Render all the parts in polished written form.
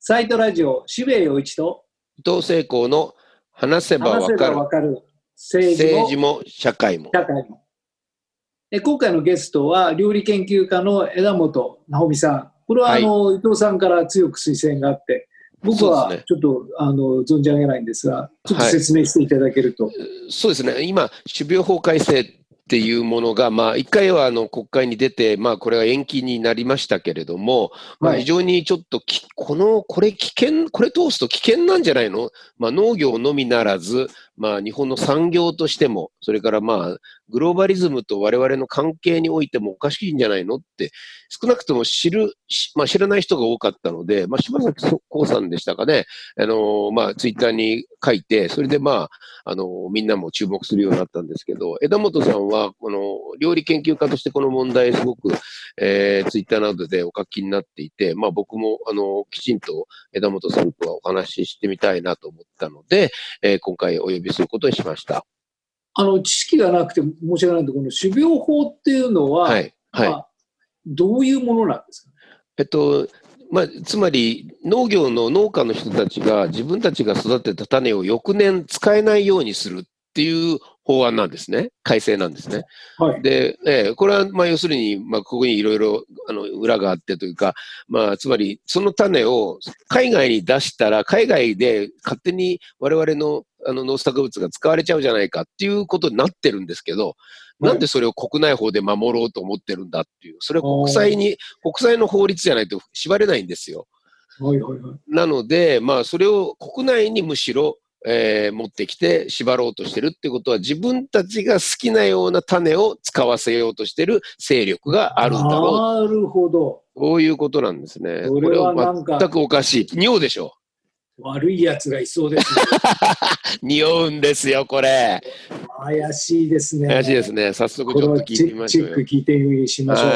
サイトラジオ、渋谷陽一と伊藤聖光の話せばわかる政治も社会も。 今回のゲストは料理研究家の枝本直美さん。これは、伊藤さんから強く推薦があって、僕はちょっと、存じ上げないんですが、ちょっと説明していただけると。 そうですね。今、種苗法改正っていうものが、一回は国会に出て、これは延期になりましたけれども、非常にちょっとこれ通すと危険なんじゃないの？農業のみならず、日本の産業としても、それからグローバリズムと我々の関係においてもおかしいんじゃないのって、少なくとも知らない人が多かったので、柴咲コウさんでしたかね、ツイッターに書いて、それでみんなも注目するようになったんですけど、枝本さんは、この料理研究家としてこの問題すごく、ツイッターなどでお書きになっていて、僕も、きちんと枝本さんとはお話ししてみたいなと思ったので、今回お呼びすることにしました。 知識がなくて申し訳ないんで、この種苗法っていうのは、どういうものなんですか？ つまり農業の農家の人たちが自分たちが育てた種を翌年使えないようにするっていう法案なんですね。改正なんですね。で、これは要するに、ここにいろいろ裏があってというか、つまりその種を海外に出したら海外で勝手に我々の農作物が使われちゃうじゃないかっていうことになってるんですけど、なんでそれを国内法で守ろうと思ってるんだっていう、それは国際の法律じゃないと縛れないんですよ。なので、それを国内にむしろ、持ってきて縛ろうとしてるってことは、自分たちが好きなような種を使わせようとしてる勢力があるんだろう。 なるほど。 こういうことなんですね。これは全くおかしい。匂うでしょ。 悪いやつがいそうですね。 匂うんですよ、これ。 怪しいですね。 怪しいですね。早速ちょっと聞いてみましょうよ。 チェック聞いてみましょう。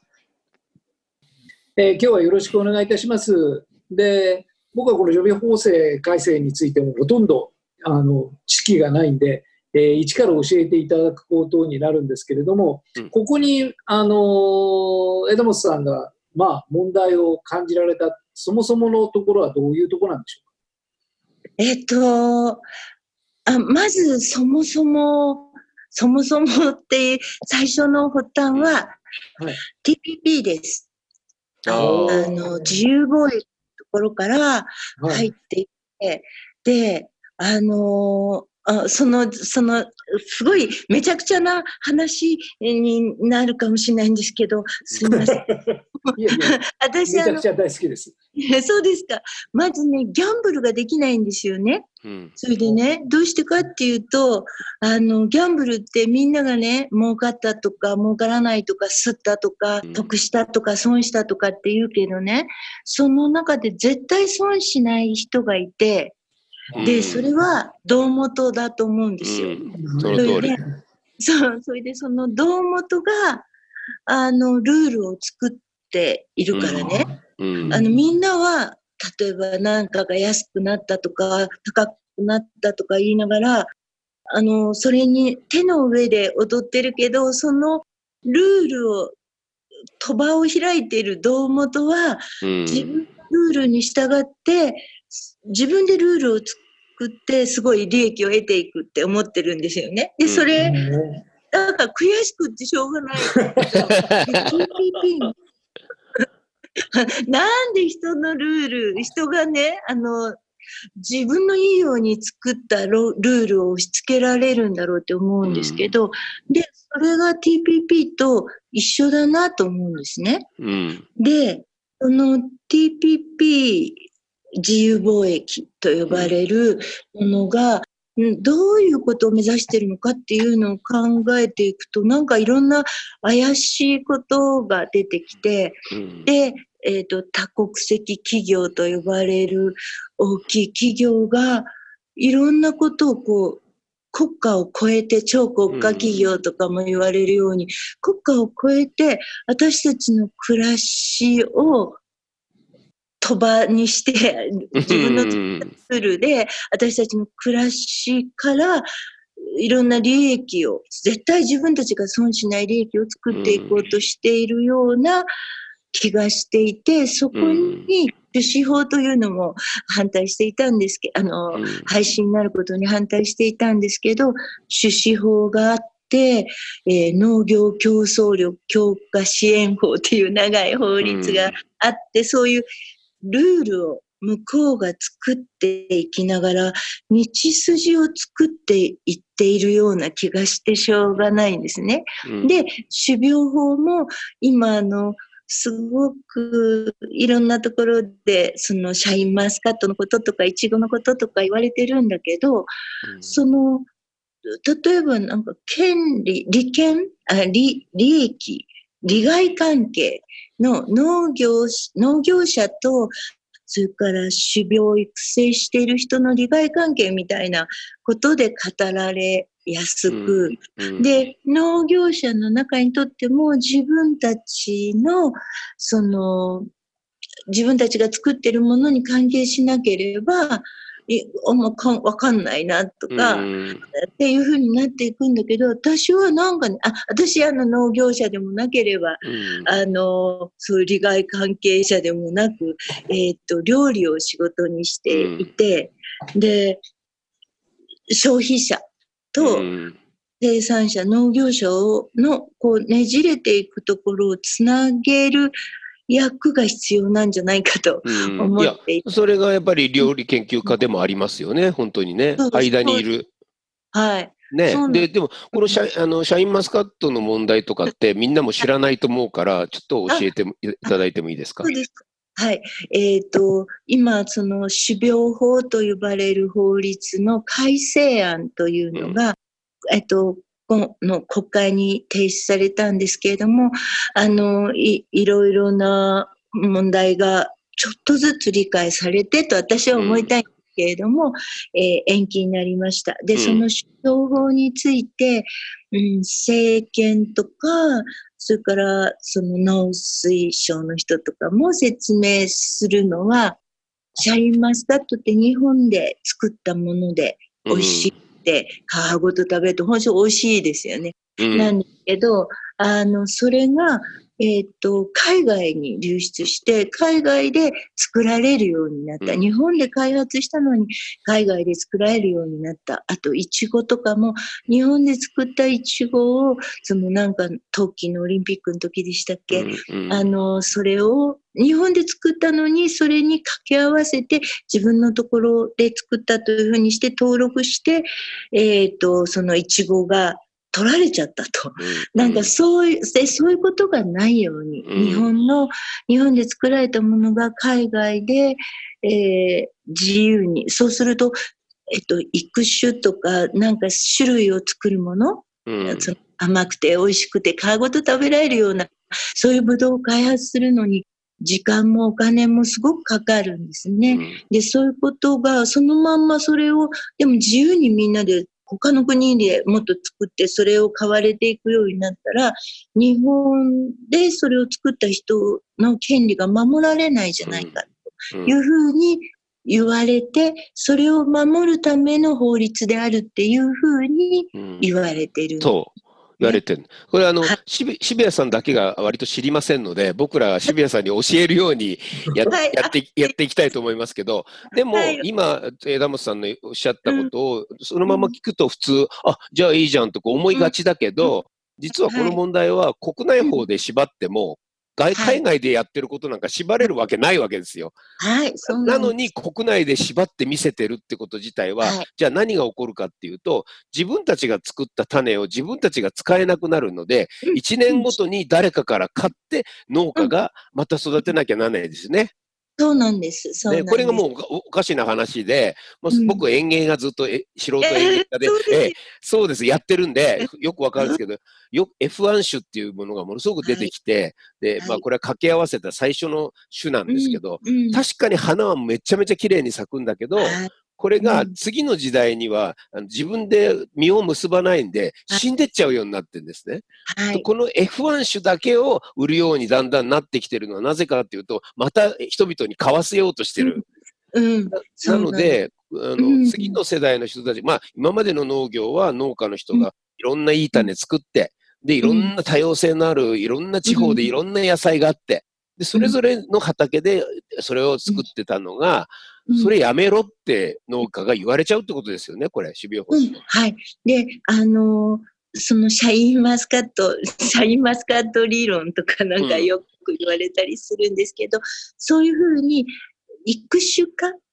今日はよろしくお願いいたします。で、僕はこの除名法制改正についてもほとんど知識がないんで、一から教えていただくことになるんですけれども、ここに枝本さんが問題を感じられたそもそものところはどういうところなんでしょうか？まずそもそもって最初の発端は、TPP です。自由貿易のところから入っていって、で、すごいめちゃくちゃな話になるかもしれないんですけど、すみません。 私めちゃくちゃ大好きです。 そうですか。まずね、ギャンブルができないんですよね。それでね、どうしてかっていうと、ギャンブルってみんながね、儲かったとか、儲からないとか、吸ったとか、得したとか、損したとかって言うけどね、その中で絶対損しない人がいて、で、それは胴元だと思うんですよ。 その通り。 それでその胴元が、ルールを作っているからね。みんなは、例えば何かが安くなったとか、高くなったとか言いながら、それに手の上で踊ってるけど、そのルールを、賭場を開いている胴元は、自分のルールに従って、自分でルールを作って、すごい利益を得ていくって思ってるんですよね。で、それ、だから悔しくってしょうがない。なんで人のルール、人がね、自分のいいように作ったルールを押し付けられるんだろうって思うんですけど、で、それが TPP と一緒だなと思うんですね。で、その TPP 自由貿易と呼ばれるものが、どういうことを目指しているのかっていうのを考えていくと、なんかいろんな怪しいことが出てきて、で、多国籍企業と呼ばれる大きい企業がいろんなことを国家を超えて、超国家企業とかも言われるように、国家を超えて私たちの暮らしを賭場にして、自分のルールで私たちの暮らしからいろんな利益を、絶対自分たちが損しない利益を作っていこうとしているような気がしていて、そこに種子法というのも反対していたんですけど、廃止になることに反対していたんですけど、種子法があって、農業競争力強化支援法という長い法律があって、そういうルールを向こうが作っていきながら、道筋を作っていっているような気がしてしょうがないんですね。で、種苗法も今すごくいろんなところで、そのシャインマスカットのこととか、イチゴのこととか言われてるんだけど、例えばなんか利益、利害関係の農業者と、それから種苗を育成している人の利害関係みたいなことで語られやすく、で、農業者の中にとっても自分たちが作っているものに関係しなければ、わかんないなとか、っていう風になっていくんだけど、私はなんかね、私農業者でもなければ、そういう利害関係者でもなく、料理を仕事にしていて、で、消費者と生産者、農業者のこうねじれていくところをつなげる役が必要なんじゃないかと思っていて、 それがやっぱり料理研究家でもありますよね、本当にね、間にいる。 はい。 ね、でも、このシャインマスカットの問題とかってみんなも知らないと思うから、ちょっと教えていただいてもいいですか？ そうです。はい。今、その種苗法と呼ばれる法律の改正案というのが、の国会に提出されたんですけれども、いろいろな問題がちょっとずつ理解されてと私は思いたいんですけれども、延期になりました。で、その種苗法について、政権とか、それからその農水省の人とかも説明するのは、シャインマスカットって日本で作ったもので美味しい。皮ごと食べると本当に美味しいですよね。なんですけど、それが、海外に流出して、海外で作られるようになった。日本で開発したのに、海外で作られるようになった。あと、イチゴとかも、日本で作ったイチゴを、冬季のオリンピックの時でしたっけ、それを、日本で作ったのに、それに掛け合わせて、自分のところで作ったというふうにして登録して、そのイチゴが取られちゃったと。なんかそういうことがないように、日本で作られたものが海外で、自由に、そうすると、育種とか、なんか種類を作るもの、甘くて美味しくて皮ごと食べられるような、そういうブドウを開発するのに、時間もお金もすごくかかるんですね。で、そういうことが、そのまんまそれを、でも自由にみんなで他の国でもっと作ってそれを買われていくようになったら、日本でそれを作った人の権利が守られないじゃないかというふうに言われて、それを守るための法律であるっていうふうに言われている。 言われてる。これ渋谷さんだけが割と知りませんので、僕らは渋谷さんに教えるようにやっていきたいと思いますけど、でも今、枝本さんのおっしゃったことをそのまま聞くと普通、じゃあいいじゃんと思いがちだけど、実はこの問題は国内法で縛っても、海外でやってることなんか縛れるわけないわけですよ。なのに国内で縛って見せてるってこと自体は、じゃあ何が起こるかっていうと、自分たちが作った種を自分たちが使えなくなるので、1年ごとに誰かから買って農家がまた育てなきゃならないですね。 そうなんです。 これがもうおかしな話で、僕園芸がずっと素人園芸家で、そうです、やってるんで、よくわかるんですけど、F1 種っていうものがものすごく出てきて、で、これは掛け合わせた最初の種なんですけど、確かに花はめちゃめちゃ綺麗に咲くんだけど、これが次の時代には自分で実を結ばないんで死んでっちゃうようになってるんですね。この F1 種だけを売るようにだんだんなってきてるのはなぜかっていうと、また人々に買わせようとしてる。なので、次の世代の人たち、今までの農業は農家の人がいろんないい種作って、で、いろんな多様性のあるいろんな地方でいろんな野菜があって、 で、それぞれの畑でそれを作ってたのが、それやめろって農家が言われちゃうってことですよね、これ、種苗法。 はい。で、そのシャインマスカット理論とかなんかよく言われたりするんですけど、そういうふうに育種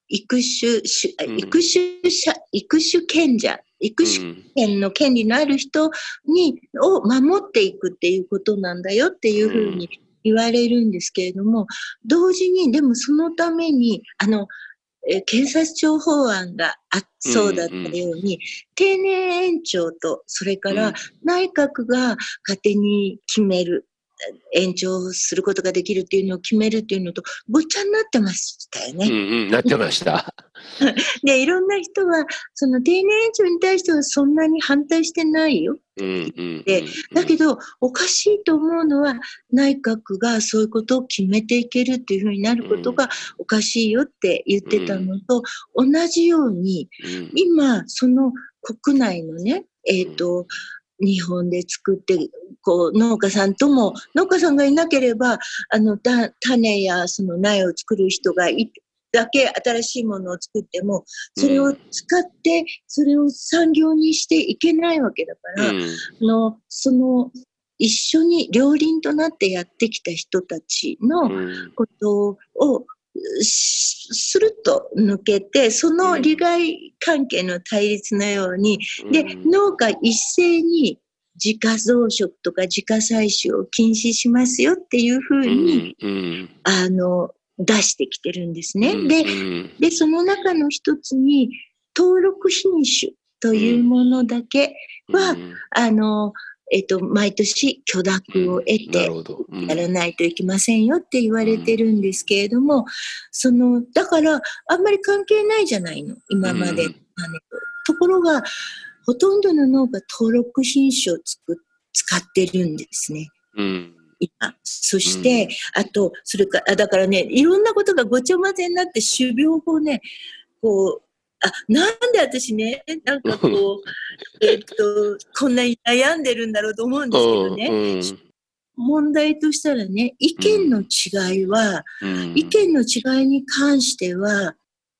権の権利のある人を守っていくっていうことなんだよっていうふうに言われるんですけれども、同時にでもそのために検察庁法案がそうだったように、定年延長と、それから内閣が勝手に決める、延長することができるっていうのを決めるっていうのと、ごっちゃになってましたよね。 なってました。 で、いろんな人は、その定年延長に対してはそんなに反対してないよって言って、だけど、おかしいと思うのは、内閣がそういうことを決めていけるっていうふうになることがおかしいよって言ってたのと、同じように、今、その国内のね、日本で作って、農家さんがいなければ、種やその苗を作る人がだけ新しいものを作っても、それを使って、それを産業にしていけないわけだから、その、一緒に両輪となってやってきた人たちのことを、スルッと抜けて、その利害関係の対立のように、で、農家一斉に自家増殖とか自家採取を禁止しますよっていうふうに、出してきてるんですね。で、その中の一つに、登録品種というものだけは、毎年許諾を得てやらないといけませんよって言われてるんですけれども、だからあんまり関係ないじゃないの、今まで。ところが、ほとんどの農家登録品種を使ってるんですね。今。そして、あと、それから、だからね、いろんなことがごちゃ混ぜになって種苗法ね、なんで私ね、なんかこんなに悩んでるんだろうと思うんですけどね。問題としたらね、意見の違いに関しては、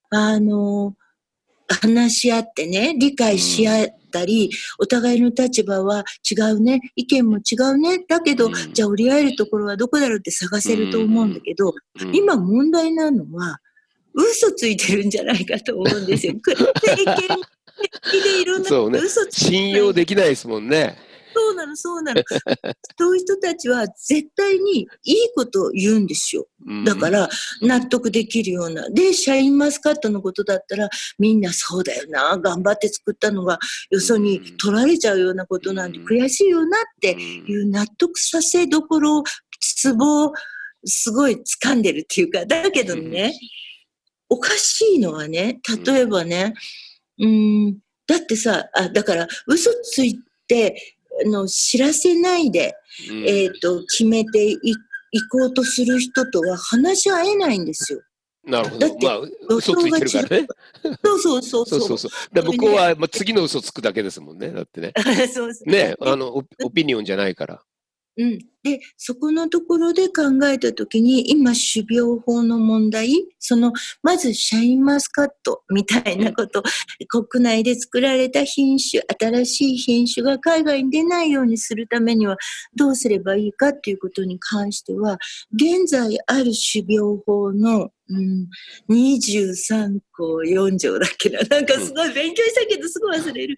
話し合ってね、理解し合ったり、お互いの立場は違うね、意見も違うね、だけど、じゃあ折り合えるところはどこだろうって探せると思うんだけど、今問題なのは、嘘ついてるんじゃないかと思うんですよ。意見的でいろんな嘘ついてる。 信用できないですもんね。 そうなの。そういう人たちは絶対にいいことを言うんですよ。だから、納得できるような。で、シャインマスカットのことだったら、みんなそうだよな、頑張って作ったのが、よそに取られちゃうようなことなんて悔しいよなっていう納得させどころ、ツボをすごい掴んでるっていうか、だけどね、おかしいのはね、例えばね、だってさ、だから、嘘ついて、知らせないで、決めていこうとする人とは話し合えないんですよ。 なるほど。だって、嘘ついてるからね。 そう。 向こうは次の嘘つくだけですもんね。だってね。ね、オピニオンじゃないから。 で、そこのところで考えたときに、今、種苗法の問題、まずシャインマスカットみたいなこと、国内で作られた品種、新しい品種が海外に出ないようにするためには、どうすればいいかっていうことに関しては、現在ある種苗法の、23項4条だっけな。なんかすごい勉強したけど、すごい忘れる。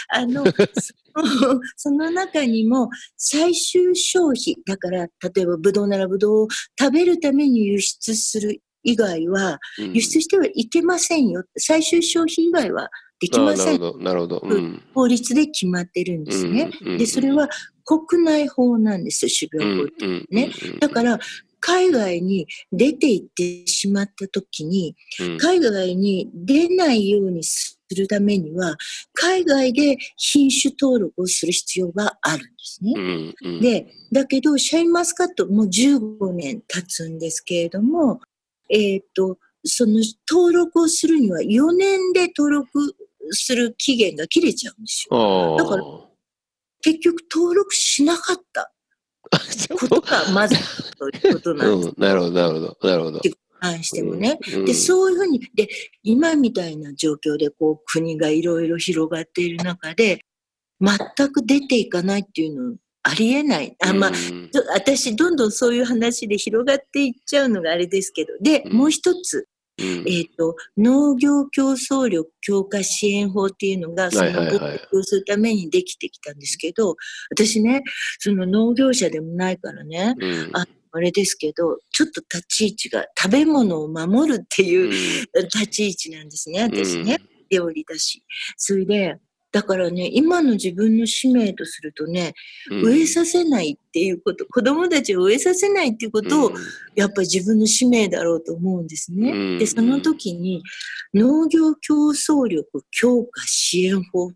その中にも最終消費、だから例えばブドウならブドウを食べるために輸出する以外は、輸出してはいけませんよ。最終消費以外はできません。 なるほど。 法律で決まってるんですね。で、それは国内法なんですよ、種苗法ってね。だから、海外に出て行ってしまったときに、海外に出ないようにするためには、海外で品種登録をする必要があるんですね。で、だけど、シャインマスカットもう15年経つんですけれども、その登録をするには4年で登録する期限が切れちゃうんですよ。だから、結局登録しなかった。 ことがまずということなんです。 なるほど、なるほど、なるほど。 関してもね。で、そういうふうに、で、今みたいな状況で、国がいろいろ広がっている中で、全く出ていかないっていうのありえない。私、どんどんそういう話で広がっていっちゃうのがあれですけど、で、もう一つ、農業競争力強化支援法っていうのが、その貿易をするためにできてきたんですけど、私ね、その農業者でもないからね、あれですけど、ちょっと立ち位置が食べ物を守るっていう立ち位置なんですね、私ね。料理だし。それで、だからね、今の自分の使命とするとね、飢えさせないっていうこと、子供たちを飢えさせないっていうことを、やっぱり自分の使命だろうと思うんですね。で、その時に、農業競争力強化支援法って、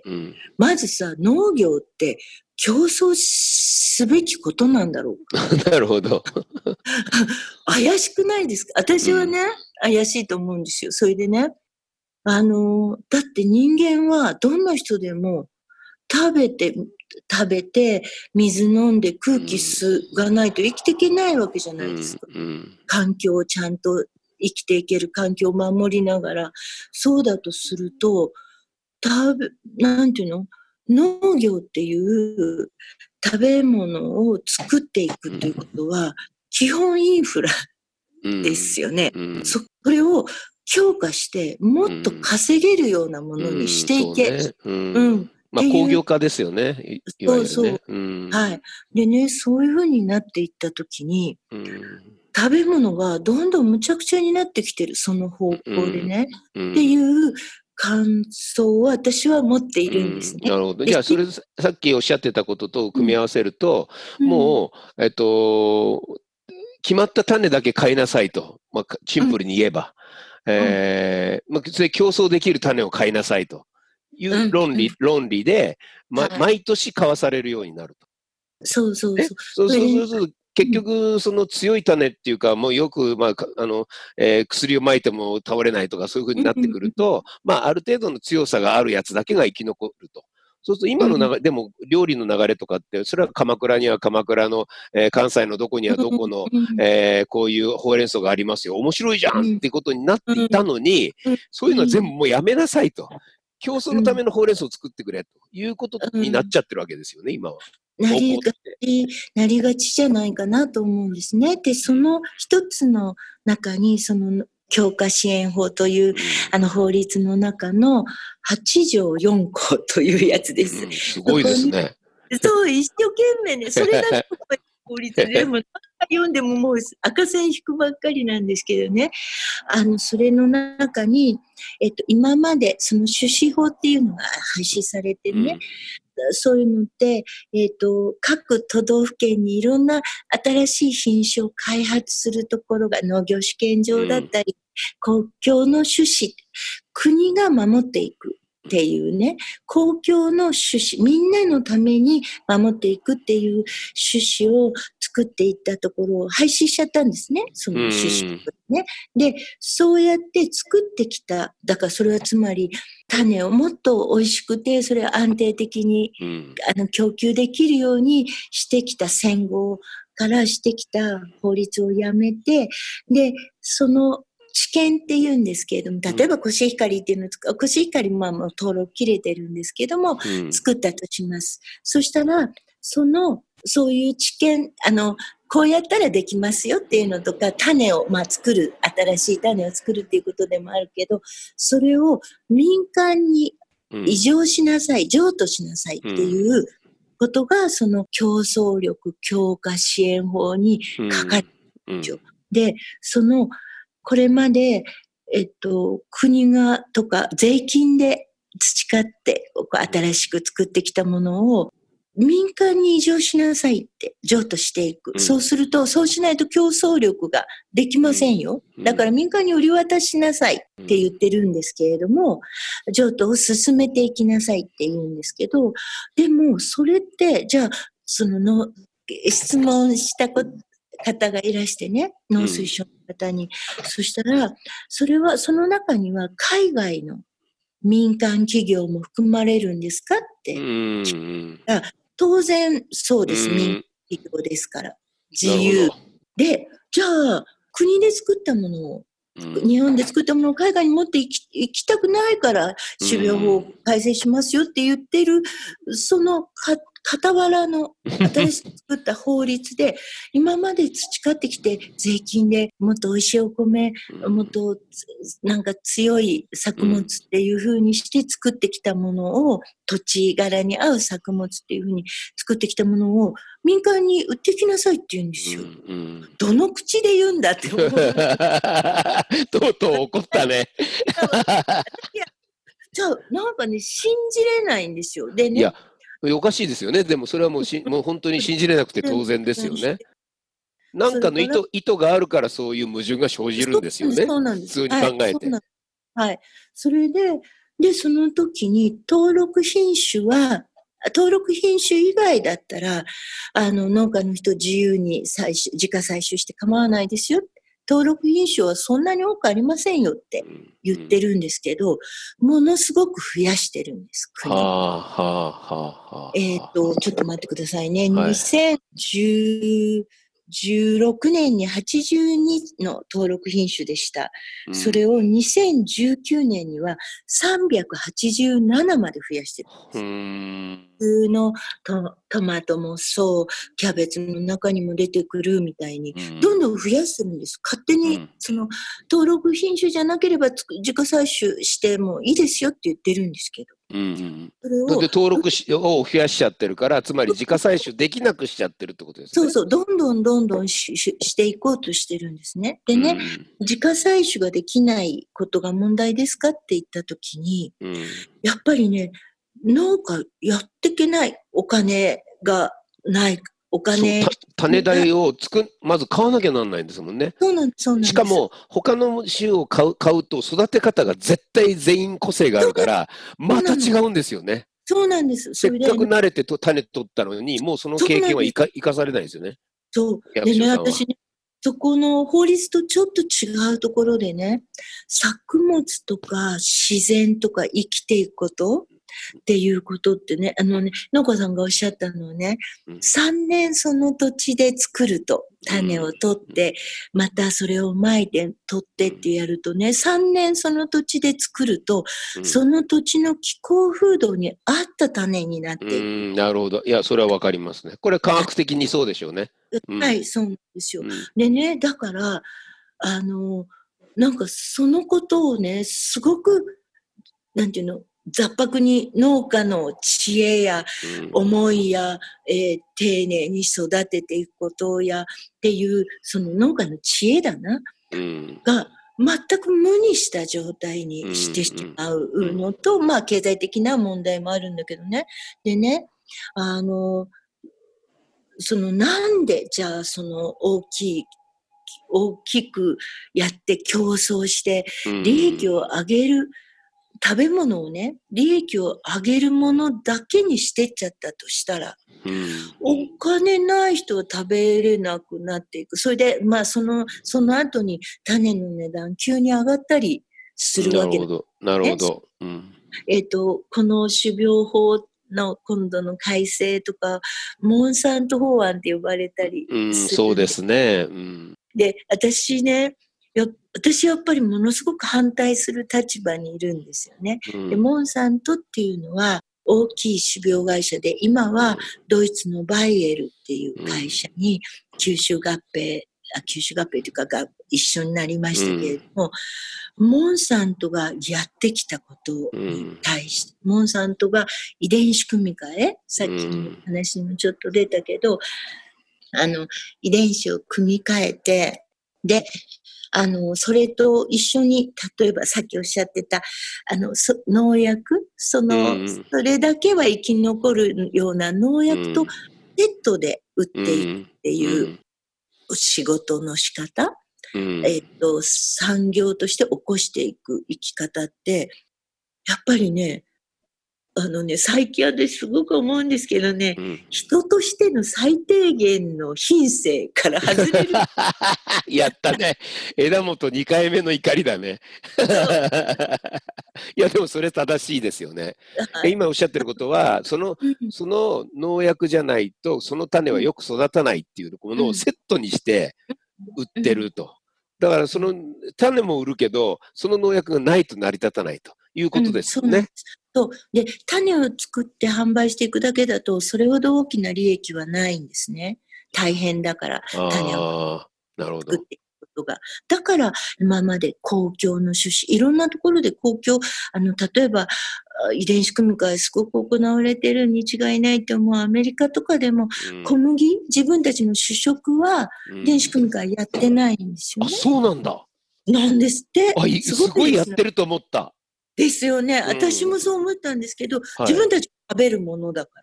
まずさ、農業って競争すべきことなんだろうか。 なるほど。 怪しくないですか？私はね、怪しいと思うんですよ。それでね、だって人間はどんな人でも食べて、水飲んで空気吸がないと生きていけないわけじゃないですか。環境をちゃんと生きていける環境を守りながら、そうだとすると、なんていうの？農業っていう食べ物を作っていくということは、基本インフラですよね。それを強化して、もっと稼げるようなものにしていけ。 工業化ですよね。 そうそう。はい。でね、そういうふうになっていったときに、食べ物がどんどんむちゃくちゃになってきてる、その方向でね。っていう感想を私は持っているんですね。 なるほど。じゃあ、それ、さっきおっしゃってたことと組み合わせると、もう、決まった種だけ買いなさいと。シンプルに言えば。それ競争できる種を買いなさいという論理で、毎年買わされるようになると。 そうそうそう。 そうすると、結局、その強い種っていうか、もうよく、薬をまいても倒れないとか、そういうふうになってくると、ある程度の強さがあるやつだけが生き残ると。そうすると今の流れ、でも料理の流れとかって、それは鎌倉には鎌倉の、関西のどこにはどこの、こういうほうれん草がありますよ。面白いじゃんっていうことになっていたのに、そういうのは全部もうやめなさいと。競争のためのほうれん草を作ってくれということになっちゃってるわけですよね、今は。 なりがちじゃないかなと思うんですね。で、その一つの中に、その強化支援法という、法律の中の8条4項というやつです。 すごいですね。 そう、一生懸命ね、それだけ法律でも読んでももう赤線引くばっかりなんですけどね。それの中に、今までその種子法っていうのが廃止されてね、そういうのって、各都道府県にいろんな新しい品種を開発するところが農業試験場だったり、公共の種子、国が守っていくっていうね、公共の種子、みんなのために守っていくっていう種子を作っていったところを廃止しちゃったんですね、その種子ね。で、そうやって作ってきた、だからそれはつまり種をもっと美味しくて、それを安定的に、供給できるようにしてきた戦後からしてきた法律をやめて、で、その知見って言うんですけれども、例えばコシヒカリっていうのをコシヒカリももう登録切れてるんですけども、作ったとします。そしたら、そういう知見、こうやったらできますよっていうのとか、種を作る、新しい種を作るっていうことでもあるけど、それを民間に移譲しなさい、譲渡しなさいっていうことが、その競争力強化支援法にかかるんですよ。で、これまで、国がとか税金で培って新しく作ってきたものを民間に移譲しなさいって譲渡していく。そうすると、そうしないと競争力ができませんよ。だから民間に売り渡しなさいって言ってるんですけれども、譲渡を進めていきなさいって言うんですけど、でもそれって、じゃあ、質問した方がいらしてね、農水省の方に。そしたら、その中には海外の民間企業も含まれるんですかって聞いたら、当然そうです。 企業ですから。自由。で、じゃあ、国で作ったものを、日本で作ったものを海外に持って行きたくないから種苗法を改正しますよって言ってる、その傍らの新しく作った法律で、今まで培ってきて税金でもっと美味しいお米、もっとなんか強い作物っていう風にして作ってきたものを、土地柄に合う作物っていう風に作ってきたものを民間に売ってきなさいって言うんですよ。どの口で言うんだって思う。 とうとう怒ったね。 じゃあ、なんかね、信じれないんですよ。でね。 いや、おかしいですよね。でもそれはもう本当に信じれなくて当然ですよね。なんかの意図があるからそういう矛盾が生じるんですよね。 そうなんです。 普通に考えて。 はい。それで、その時に登録品種以外だったら、農家の人自由に自家採集して構わないですよ。登録品種はそんなに多くありませんよって言ってるんですけど、ものすごく増やしてるんです、国。ちょっと待ってくださいね。2016年に82の登録品種でした。それを2019年には387まで増やしてるんです。普通のトマトもそう、キャベツの中にも出てくるみたいに、どんどん増やしてるんです。勝手に、登録品種じゃなければ自家採集してもいいですよって言ってるんですけど。 それで登録を増やしちゃってるから、つまり自家採集できなくしちゃってるってことですね。 そう、どんどんしていこうとしてるんですね。でね、自家採取ができないことが問題ですかって言ったときに、やっぱりね、農家やっていけない、お金がない、 種代をまず買わなきゃなんないんですもんね。 そうなんです。 しかも、他の種を買うと育て方が絶対全員個性があるから、また違うんですよね。 そうなんです。 せっかく慣れて種取ったのに、もうその経験は生かされないですよね。 そう。でね、私ね、そこの法律とちょっと違うところでね、作物とか自然とか生きていくことっていうことってね、農家さんがおっしゃったのはね、3年その土地で作ると、種を取って、またそれをまいて取ってってやるとね、3年その土地で作ると、その土地の気候風土に合った種になっていく。 なるほど。いや、それはわかりますね。これ科学的にそうでしょうね。 はい、そうなんですよ。でね、だから、なんかそのことをね、すごく、なんていうの、雑白に農家の知恵や思いや、丁寧に育てていくことやっていう、その農家の知恵だな、が全く無にした状態にしてしまうのと、まあ経済的な問題もあるんだけどね。でね、なんでじゃあ大きくやって競争して利益を上げる、食べ物をね、利益を上げるものだけにしてっちゃったとしたら、お金ない人は食べれなくなっていく。それで、まあその後に種の値段急に上がったりするわけだ。 なるほど。 この種苗法の今度の改正とか、モンサント法案って呼ばれたりする。 そうですね。 で、私やっぱりものすごく反対する立場にいるんですよね。でモンサントっていうのは大きい種苗会社で、今はドイツのバイエルっていう会社に吸収合併というかが一緒になりましたけれども、モンサントがやってきたことに対して、モンサントが遺伝子組み換え、さっきの話にもちょっと出たけど、遺伝子を組み換えて、で、それと一緒に、例えばさっきおっしゃってた、農薬、それだけは生き残るような農薬とセットで打っていくっていう仕事の仕方、産業として起こしていく生き方って、やっぱりね、 最近私すごく思うんですけどね、人としての最低限の品性から外れる。 やったね。枝元2回目の怒りだね。いや、でもそれ正しいですよね。今おっしゃってることは、その農薬じゃないと、その種はよく育たないっていうものをセットにして売ってると。だからその種も売るけど、その農薬がないと成り立たないということですよね。 で、種を作って販売していくだけだと、それほど大きな利益はないんですね。大変だから、種を作っていくことが。だから、今まで公共の種子、いろんなところで公共、例えば、遺伝子組み換えすごく行われてるに違いないと思う。アメリカとかでも、小麦、自分たちの主食は遺伝子組み換えやってないんですよね。 あ、そうなんだ。 なんですって。 すごいやってると思った。 ですよね。私もそう思ったんですけど、自分たちが食べるものだから。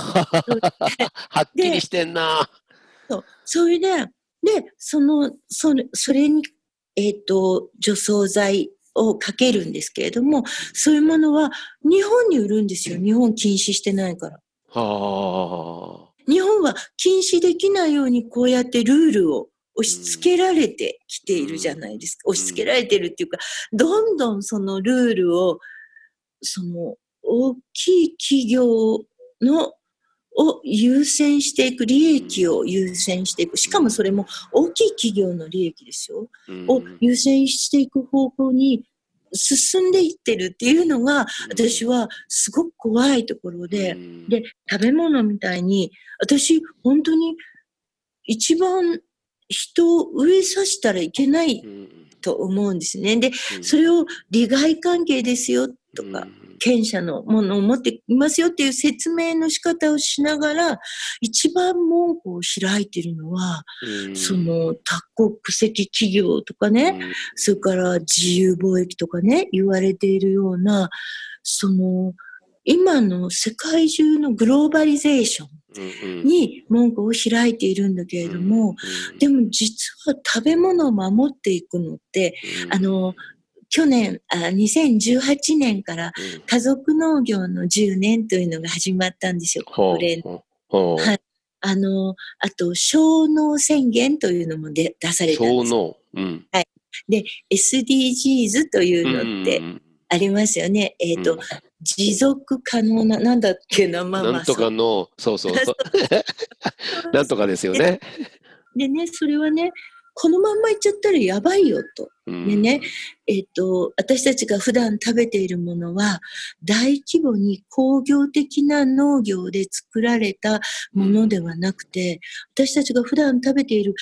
はっきりしてんな。 それで、それに、除草剤をかけるんですけれども、そういうものは日本に売るんですよ。日本禁止してないから。日本は禁止できないようにこうやってルールを押し付けられてきているじゃないですか。押し付けられてるっていうか、どんどんそのルールを、大きい企業を優先していく、利益を優先していく。しかもそれも大きい企業の利益ですよ。を優先していく方向に進んでいってるっていうのが、私はすごく怖いところで、食べ物みたいに、私本当に一番人を植えさせたらいけないと思うんですね。で、それを利害関係ですよとか、権者のものを持っていますよっていう説明の仕方をしながら、一番門戸を開いているのは、多国籍企業とかね、それから自由貿易とかね、言われているような、今の世界中のグローバリゼーションに門戸を開いているんだけれども、でも実は食べ物を守っていくのって、去年、2018年から家族農業の10年というのが始まったんですよ、国連。はい。あと、小農宣言というのも出されたんです。 小農。 はい。で、SDGs というのってありますよね。持続可能な、なんだっけな、 なんとかの、そう。なんとかですよね。 でね、それはね、このまんまいっちゃったらやばいよと。でね、私たちが普段食べているものは、大規模に工業的な農業で作られたものではなくて、私たちが普段食べている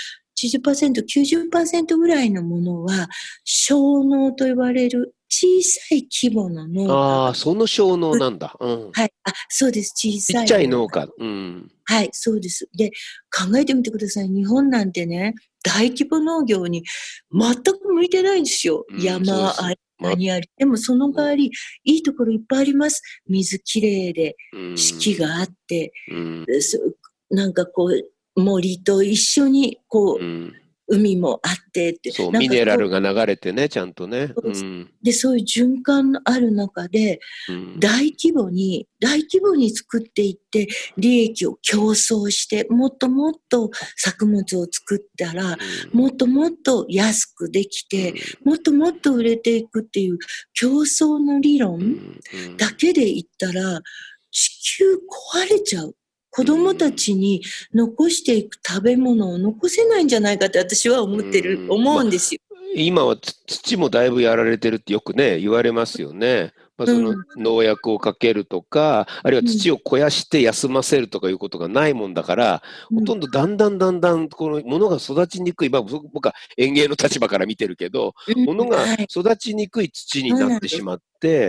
80%、90% ぐらいのものは、小農と言われる小さい規模の農家。 ああ、その小農なんだ。 はい。そうです。小さい。 ちっちゃい農家。 はい、そうです。で、考えてみてください。日本なんてね、大規模農業に全く向いてないんですよ。山あり、何あり。でもその代わり、いいところいっぱいあります。水きれいで、四季があって、なんかこう、森と一緒に、こう、海もあってって。 そう、ミネラルが流れてね、ちゃんとね。 で、そういう循環のある中で、大規模に作っていって、利益を競争して、もっともっと作物を作ったら、もっともっと安くできて、もっともっと売れていくっていう競争の理論だけで言ったら、地球壊れちゃう。子供たちに残していく食べ物を残せないんじゃないかって私は思うんですよ。 今は土もだいぶやられてるってよくね、言われますよね。その農薬をかけるとか、あるいは土を肥やして休ませるとかいうことがないもんだから、ほとんどだんだんこのものが育ちにくい、僕は園芸の立場から見てるけど、ものが育ちにくい土になってしまって、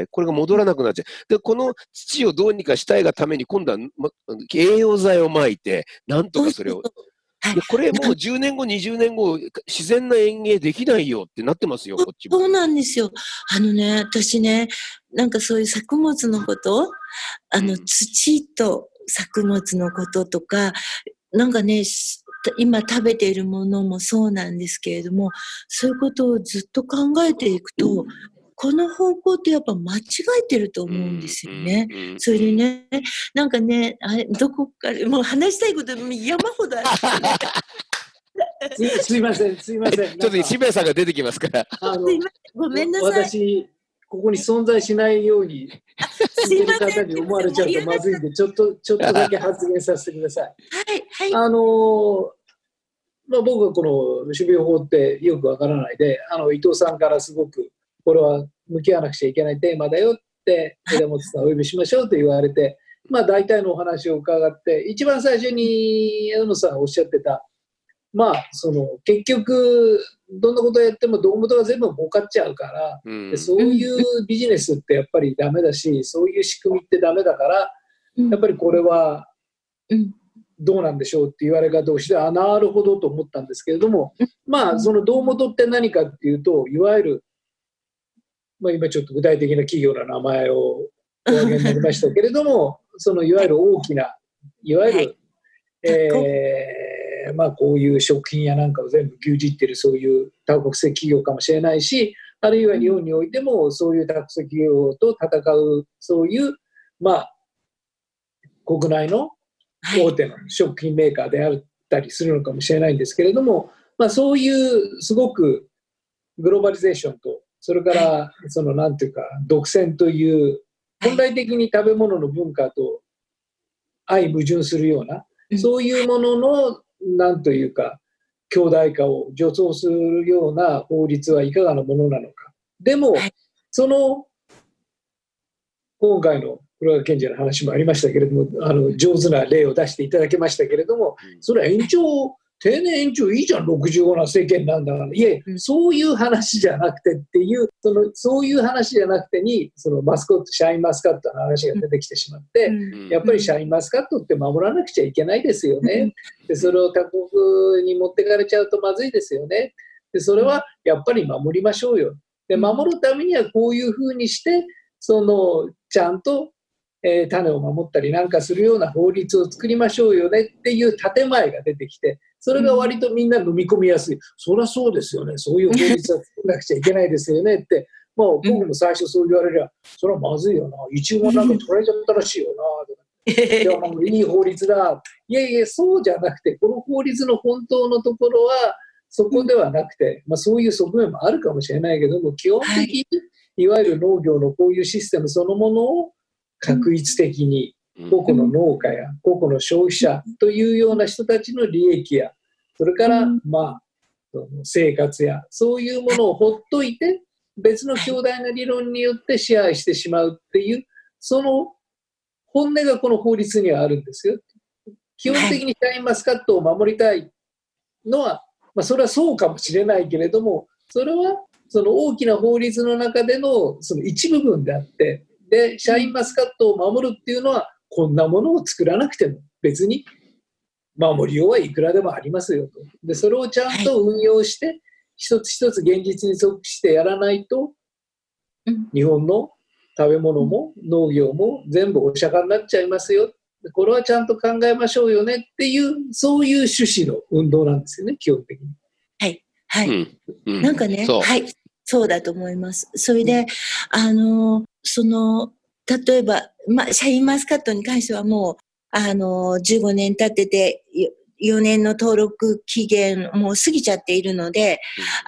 これが戻らなくなっちゃう。で、この土をどうにかしたいがために、今度は栄養剤をまいて、なんとかそれを。これもう10年後、20年後、自然な園芸できないよってなってますよ、こっちも。 そうなんですよ。私ね、なんかそういう作物のこと、土と作物のこととか、なんかね、今食べているものもそうなんですけれども、そういうことをずっと考えていくと、 この方向ってやっぱ間違えてると思うんですよね。それでね、なんかね、どこか、もう話したいこと山ほどあって。すいません。 ちょっと渋谷さんが出てきますから。 ごめんなさい。 私、ここに存在しないように、聞いてる方に思われちゃうとまずいんで、ちょっとだけ発言させてください。 はい、はい。 僕はこの種苗法ってよくわからないで、伊藤さんからすごく、これは向き合わなくちゃいけないテーマだよって、枝本さんお呼びしましょうと言われて、大体のお話を伺って、一番最初に枝本さんがおっしゃってた、結局、どんなことをやっても胴元が全部儲かっちゃうから、そういうビジネスってやっぱりダメだし、そういう仕組みってダメだから、やっぱりこれはどうなんでしょうって言われ方をして、なるほどと思ったんですけれども、その胴元って何かっていうと、いわゆる、今ちょっと具体的な企業の名前をお挙げになりましたけれども、そのいわゆる大きな、いわゆる、こういう食品やなんかを全部牛耳っているそういう多国籍企業かもしれないし、あるいは日本においてもそういう多国籍企業と戦うそういう国内の大手の食品メーカーであったりするのかもしれないんですけれども、そういうすごくグローバリゼーションと、それからそのなんていうか独占という本来的に食べ物の文化と相矛盾するような、そういうもののなんというか強大化を助長するような法律はいかがなものなのか。でも、その今回の黒川検事の話もありましたけれども、上手な例を出していただけましたけれども、それは定年延長いいじゃん、65な世間なんだから、いえ、そういう話じゃなくてっていう、そういう話じゃなくてに、そのマスコット、シャインマスカットの話が出てきてしまって、やっぱりシャインマスカットって守らなくちゃいけないですよね。で、それを他国に持ってかれちゃうとまずいですよね。で、それはやっぱり守りましょうよ。で、守るためにはこういうふうにして、ちゃんと種を守ったりなんかするような法律を作りましょうよねっていう建前が出てきて、それが割とみんな飲み込みやすい。そりゃそうですよね。そういう法律は作らなくちゃいけないですよねって、僕も最初そう言われりゃ、それはまずいよな。イチゴなんか取られちゃったらしいよな。いや、いい法律だ。いやいや、そうじゃなくて、この法律の本当のところはそこではなくて、そういう側面もあるかもしれないけども、基本的にいわゆる農業のこういうシステムそのものを確一的に個々の農家や個々の消費者というような人たちの利益や、それから生活やそういうものをほっといて別の強大な理論によって支配してしまうっていう、その本音がこの法律にはあるんですよ。基本的にシャインマスカットを守りたいのは、それはそうかもしれないけれども、それはその大きな法律の中でのその一部分であって、でシャインマスカットを守るっていうのは、こんなものを作らなくても別に守りようはいくらでもありますよと。でそれをちゃんと運用して一つ一つ現実に即してやらないと、日本の食べ物も農業も全部お釈迦になっちゃいますよ。これはちゃんと考えましょうよねっていう、そういう趣旨の運動なんですよね、基本的に。 はいはい、なんかね、そうだと思います。それで例えば、シャインマスカットに関してはもう15年経ってて4年の登録期限もう過ぎちゃっているので、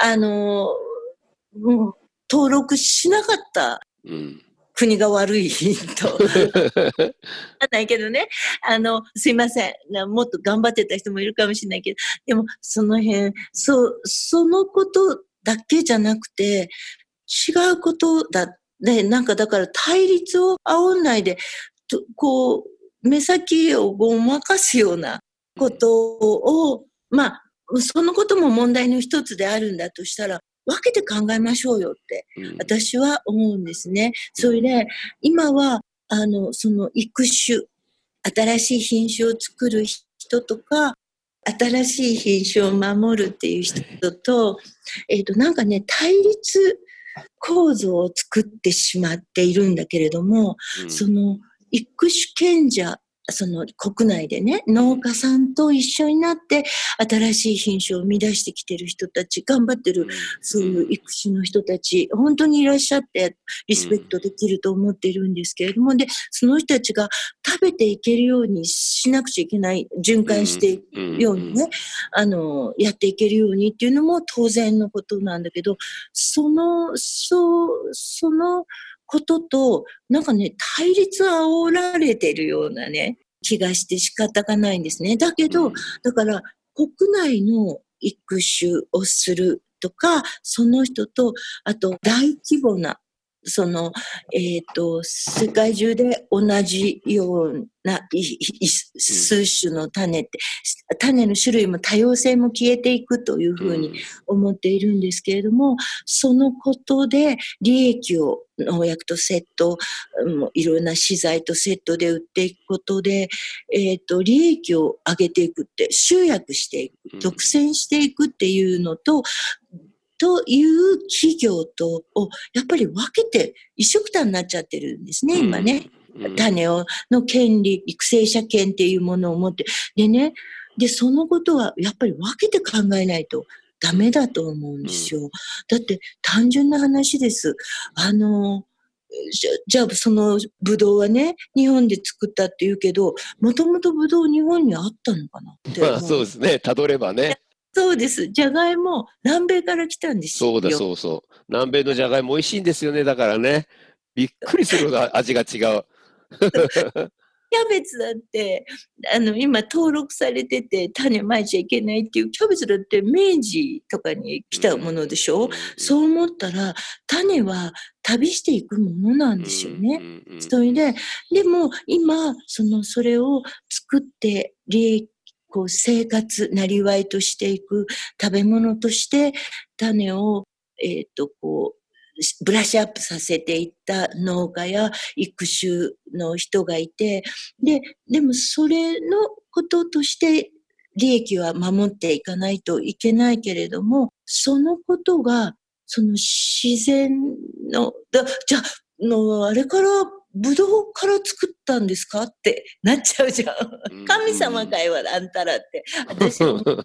もう登録しなかった国が悪いとないけどね、すいません、もっと頑張ってた人もいるかもしれないけど、でもその辺そのことだけじゃなくて違うことだで、なんかだから対立を煽んないでこう目先をごまかすようなことを、そのことも問題の一つであるんだとしたら分けて考えましょうよって私は思うんですね。それで今はその育種、新しい品種を作る人とか新しい品種を守るっていう人と、なんかね、対立構造を作ってしまっているんだけれども、その育種権者その国内でね、農家さんと一緒になって新しい品種を生み出してきてる人たち、頑張ってる、そういう育種の人たち、本当にいらっしゃってリスペクトできると思っているんですけれども、で、その人たちが食べていけるようにしなくちゃいけない、循環していくようにね、やっていけるようにっていうのも当然のことなんだけど、そのことと、なんかね、対立煽られてるようなね、気がして仕方がないんですね。だけど、だから国内の育種をするとか、その人と、あと大規模な、その、世界中で同じような数種の種って、種の種類も多様性も消えていくというふうに思っているんですけれども、そのことで利益を農薬とセット、いろんな資材とセットで売っていくことで、利益を上げていくって、集約していく、独占していくっていうのという企業とをやっぱり分けて一緒くたになっちゃってるんですね、今ね。種の権利、育成者権っていうものを持って。でね、そのことはやっぱり分けて考えないとダメだと思うんですよ。だって単純な話です。じゃあそのブドウはね、日本で作ったって言うけど、もともとブドウ日本にあったのかなって。 まあそうですね、たどればね。 そうです。じゃがいも、南米から来たんですよ。 そうそう。南米のじゃがいも美味しいんですよね、だからね。びっくりするほど味が違う。 キャベツだって、今登録されてて種まいちゃいけないっていうキャベツだって明治とかに来たものでしょ、そう思ったら、種は旅していくものなんですよね。それで、でも今、それを作って生活、なりわいとしていく食べ物として種を、ブラッシュアップさせていった農家や育種の人がいて、でもそれのこととして利益は守っていかないといけないけれども、そのことが、その自然の、じゃあ、あれからブドウから作ったんですかってなっちゃうじゃん。神様かいわ、あんたらって。私は思った。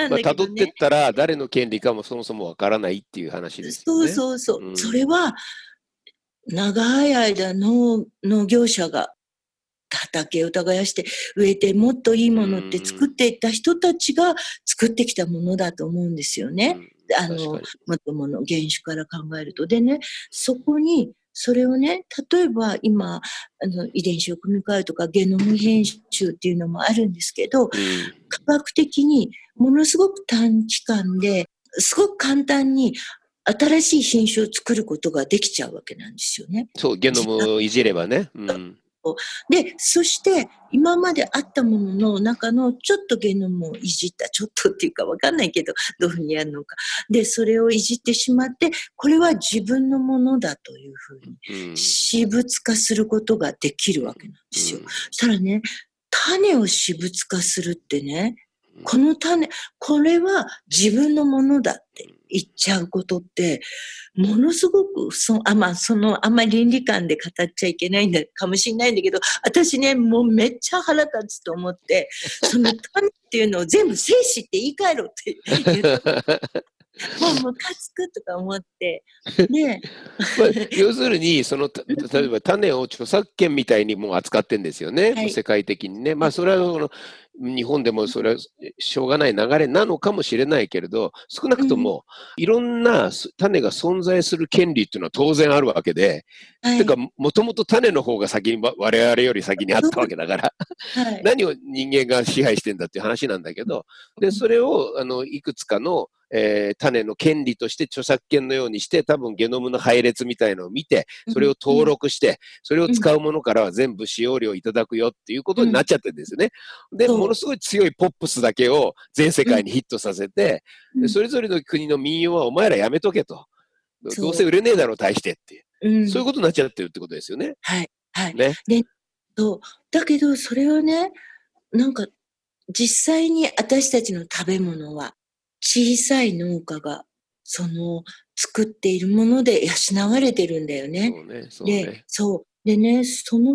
まあ、辿ってったら誰の権利かもそもそもわからないっていう話ですよね。 そう。それは、長い間農業者が畑を耕して植えてもっといいものって作っていった人たちが作ってきたものだと思うんですよね。もともの原種から考えると。でね、そこに、それをね、例えば今、遺伝子を組み換えるとかゲノム編集っていうのもあるんですけど、科学的にものすごく短期間ですごく簡単に新しい品種を作ることができちゃうわけなんですよね。 そう、ゲノムをいじればね。 で、そして今まであったものの中のちょっとゲノムをいじった、ちょっとっていうかわかんないけど、どういうふうにやるのか。で、それをいじってしまって、これは自分のものだというふうに私物化することができるわけなんですよ。そしたらね、種を私物化するってね、この種、これは自分のものだって言っちゃうことって、ものすごく、あんまり倫理観で語っちゃいけないんだかもしれないんだけど、私ね、もうめっちゃ腹立つと思って、その種っていうのを全部生死って言い換えろって言って。もうムカつくとか思って。で、 まあ、要するに、例えば種を著作権みたいにもう扱ってんですよね、はい、世界的にね。まあ、それは日本でもそれはしょうがない流れなのかもしれないけれど、少なくともいろんな種が存在する権利っていうのは当然あるわけで、はい、てか、もともと種の方が先に、我々より先にあったわけだから、はい、何を人間が支配してんだっていう話なんだけど、で、それを、いくつかの、種の権利として著作権のようにして、多分ゲノムの配列みたいのを見て、それを登録して、それを使うものからは全部使用料いただくよっていうことになっちゃってるんですよね。で、ものすごい強いポップスだけを全世界にヒットさせて、それぞれの国の民謡はお前らやめとけと。どうせ売れねえだろ、大してっていう。そういうことになっちゃってるってことですよね。 はい。はい。 ね。 だけど、それをね、なんか、実際に私たちの食べ物は、小さい農家が、作っているもので養われてるんだよね。 そうね。 でね、そのこ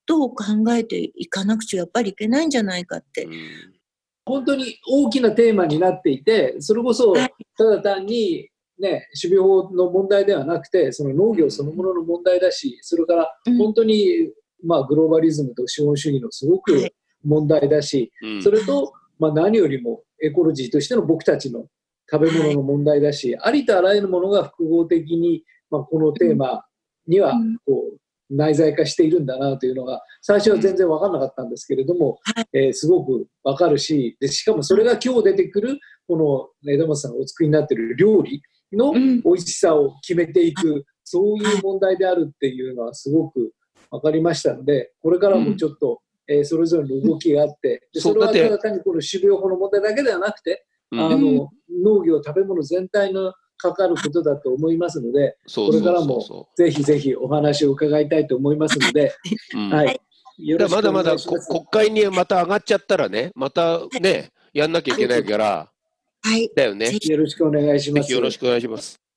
ことを考えていかなくちゃやっぱりいけないんじゃないかって。 本当に大きなテーマになっていて、それこそただ単に、ね、種苗法の問題ではなくて、その農業そのものの問題だし、それから本当に、グローバリズムと資本主義のすごく問題だし、それと、何よりもエコロジーとしての僕たちの食べ物の問題だし、ありとあらゆるものが複合的に、このテーマにはこう内在化しているんだなというのが最初は全然分からなかったんですけれども、すごく分かるし、でしかもそれが今日出てくるこの枝本さんがお作りになっている料理の美味しさを決めていく、そういう問題であるっていうのはすごく分かりましたので、これからもちょっと、それぞれの動きがあって、でそれはただ単にこの種苗法の問題だけではなくて、農業食べ物全体のかかることだと思いますので、これからもぜひぜひお話を伺いたいと思いますので、はい、よろしくお願いします。 まだまだ国会にまた上がっちゃったらね、またね、やんなきゃいけないから、 はい、 だよね。 よろしくお願いします。 よろしくお願いします。